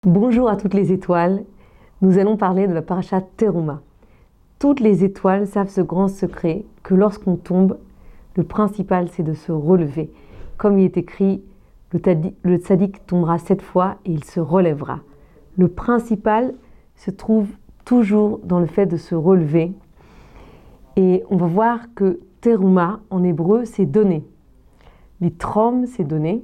Bonjour à toutes les étoiles, nous allons parler de la paracha Teruma. Toutes les étoiles savent ce grand secret que lorsqu'on tombe, le principal c'est de se relever. Comme il est écrit, le tzaddik tombera 7 fois et il se relèvera. Le principal se trouve toujours dans le fait de se relever. Et on va voir que Teruma en hébreu c'est donner. Litrom c'est donner.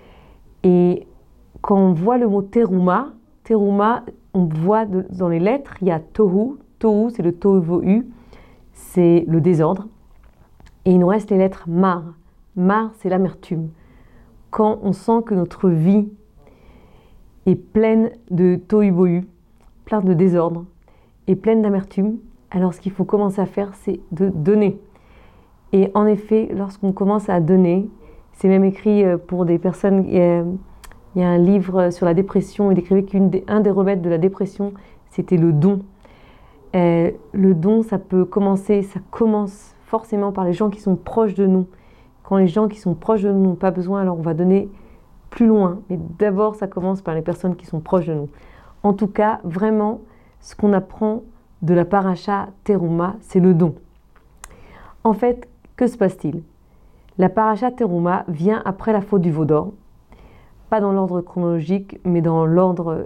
Et quand on voit le mot Teruma, on voit dans les lettres, il y a Tohu. Tohu, c'est le Tohu, c'est le désordre. Et il nous reste les lettres Mar. Mar, c'est l'amertume. Quand on sent que notre vie est pleine de Tohu, pleine de désordre et pleine d'amertume, alors ce qu'il faut commencer à faire, c'est de donner. Et en effet, lorsqu'on commence à donner, c'est même écrit pour des personnes... Il y a un livre sur la dépression, il écrivait qu'un des remèdes de la dépression, c'était le don. Le don, ça commence forcément par les gens qui sont proches de nous. Quand les gens qui sont proches de nous n'ont pas besoin, alors on va donner plus loin. Mais d'abord, ça commence par les personnes qui sont proches de nous. En tout cas, vraiment, ce qu'on apprend de la paracha Teruma, c'est le don. En fait, que se passe-t-il? La paracha Teruma vient après la faute du veau d'or. Pas dans l'ordre chronologique, mais dans l'ordre.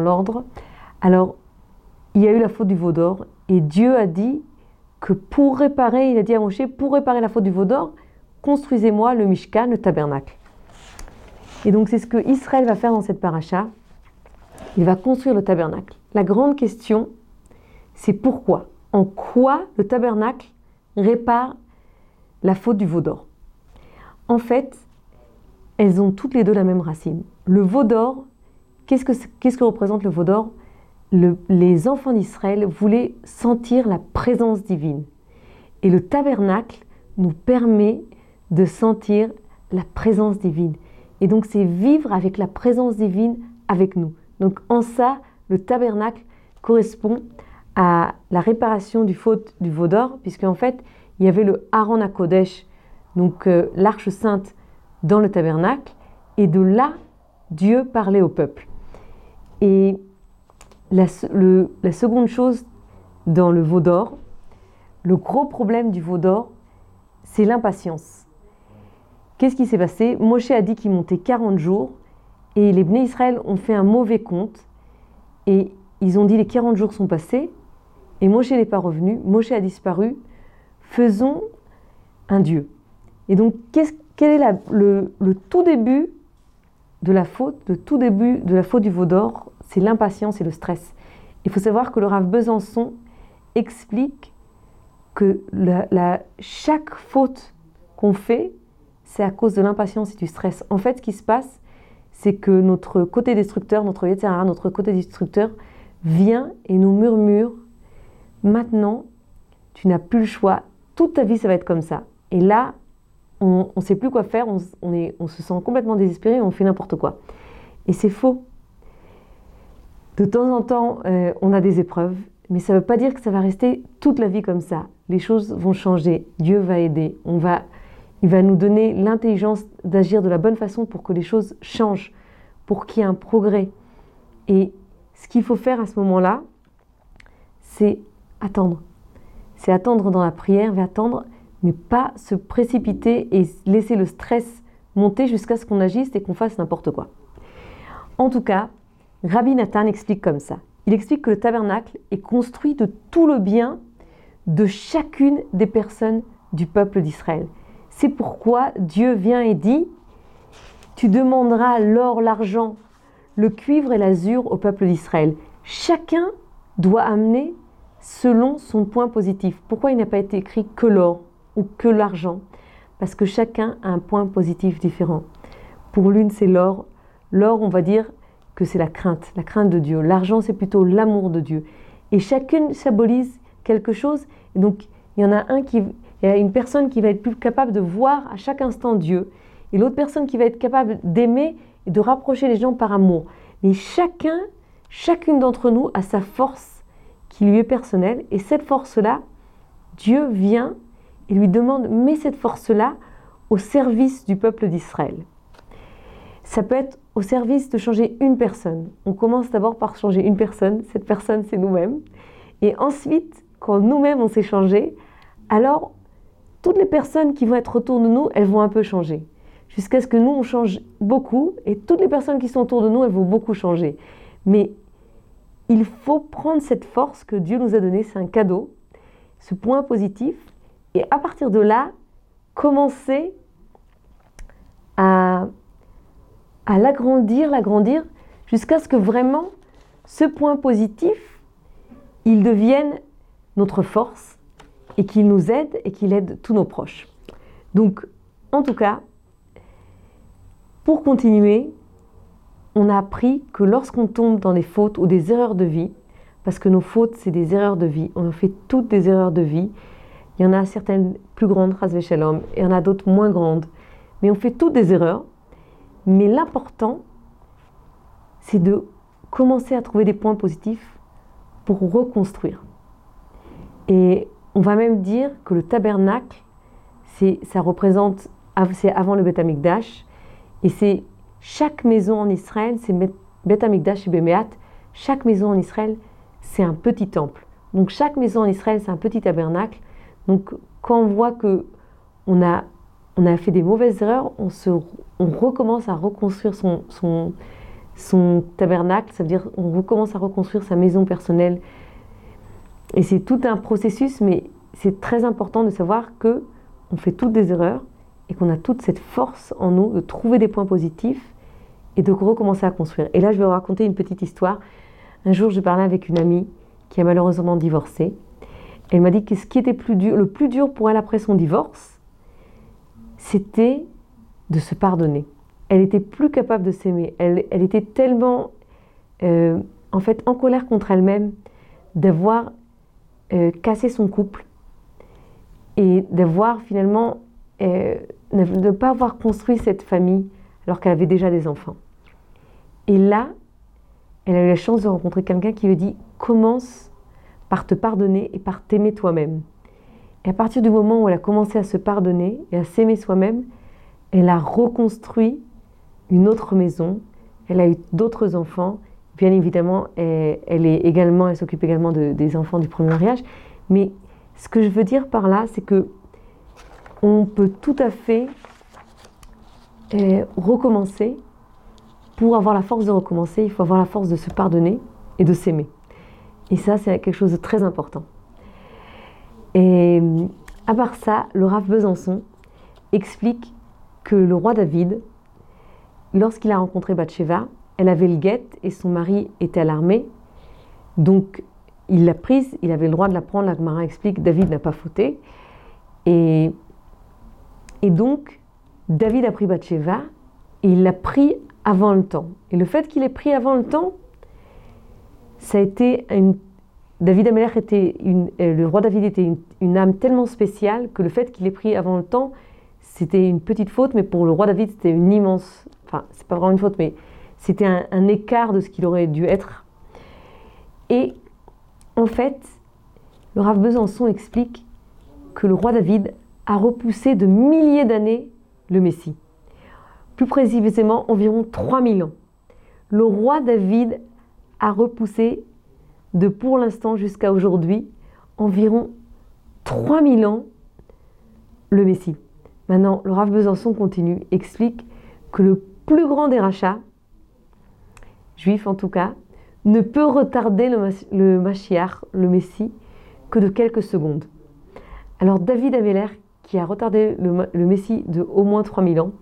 Alors, il y a eu la faute du veau d'or, et Dieu a dit que il a dit à Moshe, pour réparer la faute du veau d'or, construisez-moi le Mishkan, le tabernacle. Et donc, c'est ce que Israël va faire dans cette paracha. Il va construire le tabernacle. La grande question, c'est pourquoi? En quoi le tabernacle répare la faute du veau d'or? En fait, elles ont toutes les deux la même racine. Le veau d'or, qu'est-ce que représente le veau d'or? Les enfants d'Israël voulaient sentir la présence divine. Et le tabernacle nous permet de sentir la présence divine. Et donc c'est vivre avec la présence divine avec nous. Donc en ça, le tabernacle correspond à la réparation du veau d'or, puisque en fait, il y avait le Aron HaKodesh, donc l'arche sainte, dans le tabernacle, et de là, Dieu parlait au peuple. Et la seconde chose dans le veau d'or, le gros problème du veau d'or, c'est l'impatience. Qu'est-ce qui s'est passé? Moshe a dit qu'il montait 40 jours, et les Bnei Israël ont fait un mauvais compte, et ils ont dit les 40 jours sont passés, et Moshe n'est pas revenu, Moshe a disparu, faisons un Dieu. Et donc, quel est le tout début de la faute, du veau d'or? C'est l'impatience et le stress. Il faut savoir que le Rav Besançon explique que chaque faute qu'on fait, c'est à cause de l'impatience et du stress. En fait, ce qui se passe, c'est que notre côté destructeur, notre côté destructeur, vient et nous murmure « Maintenant, tu n'as plus le choix. Toute ta vie, ça va être comme ça. » Et là, on ne sait plus quoi faire, on se sent complètement désespéré, on fait n'importe quoi. Et c'est faux. De temps en temps, on a des épreuves, mais ça ne veut pas dire que ça va rester toute la vie comme ça. Les choses vont changer, Dieu va aider, il va nous donner l'intelligence d'agir de la bonne façon pour que les choses changent, pour qu'il y ait un progrès. Et ce qu'il faut faire à ce moment-là, c'est attendre. C'est attendre dans la prière, mais pas se précipiter et laisser le stress monter jusqu'à ce qu'on agisse et qu'on fasse n'importe quoi. En tout cas, Rabbi Nathan explique comme ça. Il explique que le tabernacle est construit de tout le bien de chacune des personnes du peuple d'Israël. C'est pourquoi Dieu vient et dit « Tu demanderas l'or, l'argent, le cuivre et l'azur au peuple d'Israël. Chacun doit amener selon son point positif. » Pourquoi il n'a pas été écrit que l'or ou que l'argent? Parce que chacun a un point positif différent. Pour l'une, c'est l'or. L'or, on va dire que c'est la crainte de Dieu. L'argent, c'est plutôt l'amour de Dieu. Et chacune symbolise quelque chose. Et donc, il y a une personne qui va être plus capable de voir à chaque instant Dieu, et l'autre personne qui va être capable d'aimer et de rapprocher les gens par amour. Mais chacune d'entre nous a sa force qui lui est personnelle, et cette force-là, Dieu vient et lui demande, mets cette force-là au service du peuple d'Israël. Ça peut être au service de changer une personne. On commence d'abord par changer une personne. Cette personne, c'est nous-mêmes. Et ensuite, quand nous-mêmes, on s'est changé, alors toutes les personnes qui vont être autour de nous, elles vont un peu changer. Jusqu'à ce que nous, on change beaucoup. Et toutes les personnes qui sont autour de nous, elles vont beaucoup changer. Mais il faut prendre cette force que Dieu nous a donnée. C'est un cadeau. Ce point positif. Et à partir de là, commencer à l'agrandir, jusqu'à ce que vraiment ce point positif, il devienne notre force et qu'il nous aide et qu'il aide tous nos proches. Donc, en tout cas, pour continuer, on a appris que lorsqu'on tombe dans des fautes ou des erreurs de vie, parce que nos fautes, c'est des erreurs de vie, on a fait toutes des erreurs de vie, il y en a certaines plus grandes, Chas v'Shalom, et il y en a d'autres moins grandes, mais on fait toutes des erreurs. Mais l'important, c'est de commencer à trouver des points positifs pour reconstruire. Et on va même dire que le tabernacle, c'est avant le Beth Amikdash, et c'est chaque maison en Israël, c'est Beth Amikdash et Bemeat, chaque maison en Israël, c'est un petit temple. Donc chaque maison en Israël, c'est un petit tabernacle. Donc quand on voit que on a fait des mauvaises erreurs, on recommence à reconstruire son tabernacle, ça veut dire on recommence à reconstruire sa maison personnelle. Et c'est tout un processus, mais c'est très important de savoir que on fait toutes des erreurs et qu'on a toute cette force en nous de trouver des points positifs et de recommencer à construire. Et là, je vais vous raconter une petite histoire. Un jour, je parlais avec une amie qui a malheureusement divorcé. Elle m'a dit que ce qui était le plus dur pour elle après son divorce, c'était de se pardonner. Elle était plus capable de s'aimer. Elle était tellement en colère contre elle-même d'avoir cassé son couple et d'avoir finalement de ne pas avoir construit cette famille alors qu'elle avait déjà des enfants. Et là, elle a eu la chance de rencontrer quelqu'un qui lui dit « Commence par te pardonner et par t'aimer toi-même ». Et à partir du moment où elle a commencé à se pardonner et à s'aimer soi-même, elle a reconstruit une autre maison, elle a eu d'autres enfants. Bien évidemment, elle s'occupe également des enfants du premier mariage. Mais ce que je veux dire par là, c'est que on peut tout à fait recommencer. Pour avoir la force de recommencer, il faut avoir la force de se pardonner et de s'aimer. Et ça, c'est quelque chose de très important. Et à part ça, le Rav Besançon explique que le roi David, lorsqu'il a rencontré Bathsheba, elle avait le guet et son mari était à l'armée. Donc, il l'a prise, il avait le droit de la prendre. La Gemara explique que David n'a pas fauté. Et donc, David a pris Bathsheba et il l'a pris avant le temps. Et le fait qu'il ait pris avant le temps, ça a été David Améler le roi David était une âme tellement spéciale que le fait qu'il ait pris avant le temps, c'était une petite faute, mais pour le roi David, c'était une immense... Enfin, c'est pas vraiment une faute, mais c'était un écart de ce qu'il aurait dû être. Et en fait, le Rav Besançon explique que le roi David a repoussé de milliers d'années le Messie. Plus précisément, environ 3000 ans. Le roi David a repoussé pour l'instant jusqu'à aujourd'hui, environ 3000 ans le Messie. Maintenant, le Rav Besançon continue, explique que le plus grand des rachats, juif en tout cas, ne peut retarder le Mashiach, le Messie, que de quelques secondes. Alors David Améler, qui a retardé le Messie de au moins 3000 ans,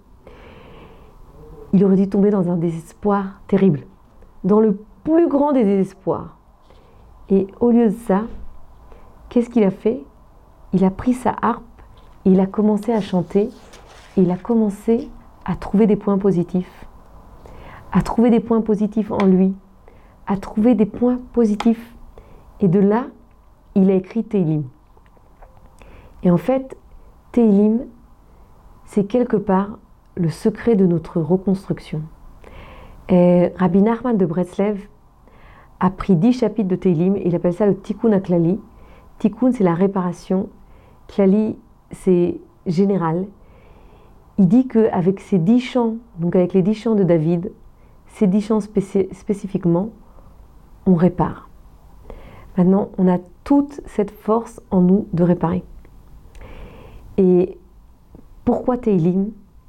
il aurait dû tomber dans un désespoir terrible, dans le plus grand des désespoirs. Et au lieu de ça, qu'est-ce qu'il a fait? Il a pris sa harpe et il a commencé à chanter et il a commencé à trouver des points positifs, à trouver des points positifs en lui, à trouver des points positifs. Et de là, il a écrit Tehillim. Et en fait, Tehillim, c'est quelque part le secret de notre reconstruction. Rabbi Nachman de Breslev a pris 10 chapitres de Tehillim et il appelle ça le Tikkun HaKlali. Tikkun, c'est la réparation. Klali, c'est général. Il dit qu'avec ces 10 chants, donc avec les 10 chants de David, ces 10 chants spécifiquement, on répare. Maintenant, on a toute cette force en nous de réparer. Et pourquoi Teilim?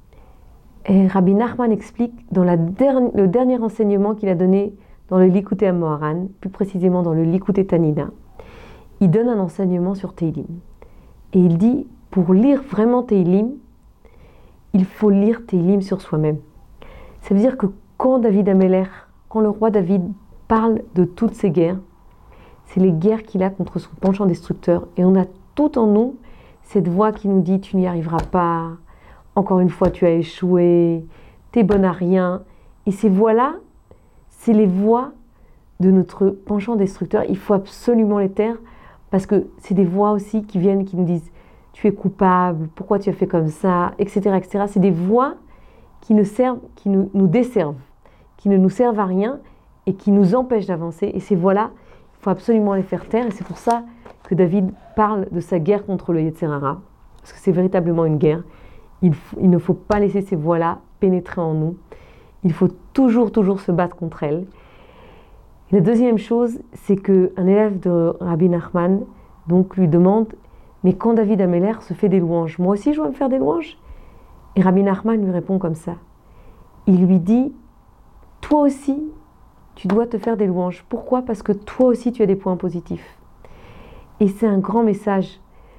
Et Rabbi Nachman explique dans le dernier enseignement qu'il a donné dans le Likutei Moharan, plus précisément dans le Likutei Tanina. Il donne un enseignement sur Teilim. Et il dit, pour lire vraiment Teilim, il faut lire Teilim sur soi-même. Ça veut dire que quand le roi David parle de toutes ces guerres, c'est les guerres qu'il a contre son penchant destructeur. Et on a tout en nous cette voix qui nous dit « tu n'y arriveras pas », encore une fois tu as échoué, t'es bonne à rien. Et ces voix-là, c'est les voix de notre penchant destructeur. Il faut absolument les taire parce que c'est des voix aussi qui viennent, qui nous disent « tu es coupable, pourquoi tu as fait comme ça », etc. etc. C'est des voix qui nous desservent, qui ne nous servent à rien et qui nous empêchent d'avancer. Et ces voix-là, il faut absolument les faire taire. Et c'est pour ça que David parle de sa guerre contre le Yetzer Hara, parce que c'est véritablement une guerre. Il ne faut pas laisser ces voix-là pénétrer en nous. Il faut toujours se battre contre elles. Et la deuxième chose, c'est qu'un élève de Rabbi Nachman donc, lui demande « Mais quand David Améler se fait des louanges, moi aussi je dois me faire des louanges ?» Et Rabbi Nachman lui répond comme ça. Il lui dit « Toi aussi, tu dois te faire des louanges. Pourquoi ? Parce que toi aussi, tu as des points positifs. » Et c'est un grand message.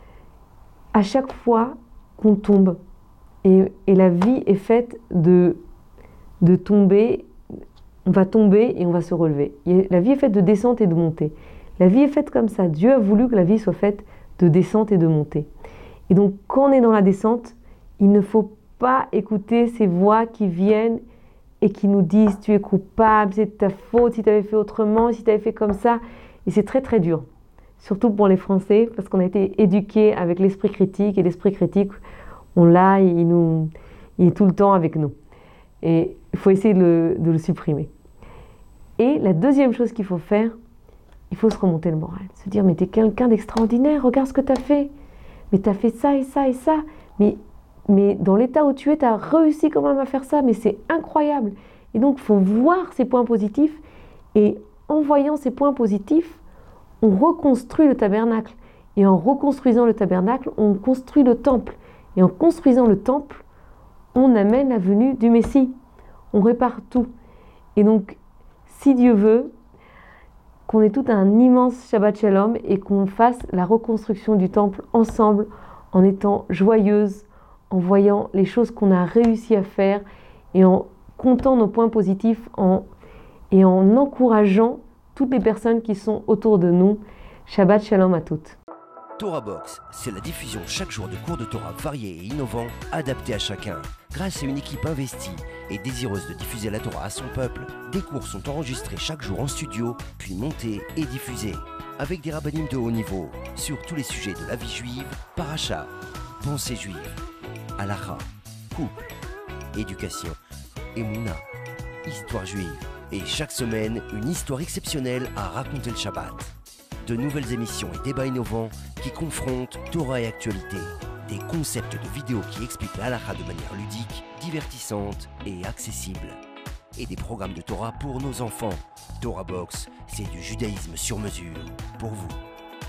À chaque fois qu'on tombe, et la vie est faite de tomber, on va tomber et on va se relever. La vie est faite de descente et de montée. La vie est faite comme ça. Dieu a voulu que la vie soit faite de descente et de montée. Et donc, quand on est dans la descente, il ne faut pas écouter ces voix qui viennent et qui nous disent « tu es coupable, c'est de ta faute, si tu avais fait autrement, si tu avais fait comme ça ». Et c'est très dur, surtout pour les Français, parce qu'on a été éduqués avec l'esprit critique, et l'esprit critique, on l'a, il est tout le temps avec nous. Et il faut essayer de le supprimer. Et la deuxième chose qu'il faut faire, il faut se remonter le moral. Se dire, mais t'es quelqu'un d'extraordinaire, regarde ce que t'as fait. Mais t'as fait ça et ça et ça. Mais dans l'état où tu es, t'as réussi quand même à faire ça. Mais c'est incroyable. Et donc, il faut voir ces points positifs. Et en voyant ces points positifs, on reconstruit le tabernacle. Et en reconstruisant le tabernacle, on construit le temple. Et en construisant le temple, on amène la venue du Messie. On répare tout. Et donc, si Dieu veut, qu'on ait tout un immense Shabbat Shalom et qu'on fasse la reconstruction du temple ensemble, en étant joyeuse, en voyant les choses qu'on a réussi à faire et en comptant nos points positifs et en encourageant toutes les personnes qui sont autour de nous. Shabbat Shalom à toutes. Torah Box, c'est la diffusion chaque jour de cours de Torah variés et innovants, adaptés à chacun. Grâce à une équipe investie et désireuse de diffuser la Torah à son peuple, des cours sont enregistrés chaque jour en studio, puis montés et diffusés. Avec des rabbinim de haut niveau, sur tous les sujets de la vie juive, paracha, pensée juive, halakha, couple, éducation, émouna, histoire juive. Et chaque semaine, une histoire exceptionnelle à raconter le Shabbat. De nouvelles émissions et débats innovants qui confrontent Torah et actualité. Des concepts de vidéos qui expliquent la halakha de manière ludique, divertissante et accessible. Et des programmes de Torah pour nos enfants. Torah Box, c'est du judaïsme sur mesure pour vous.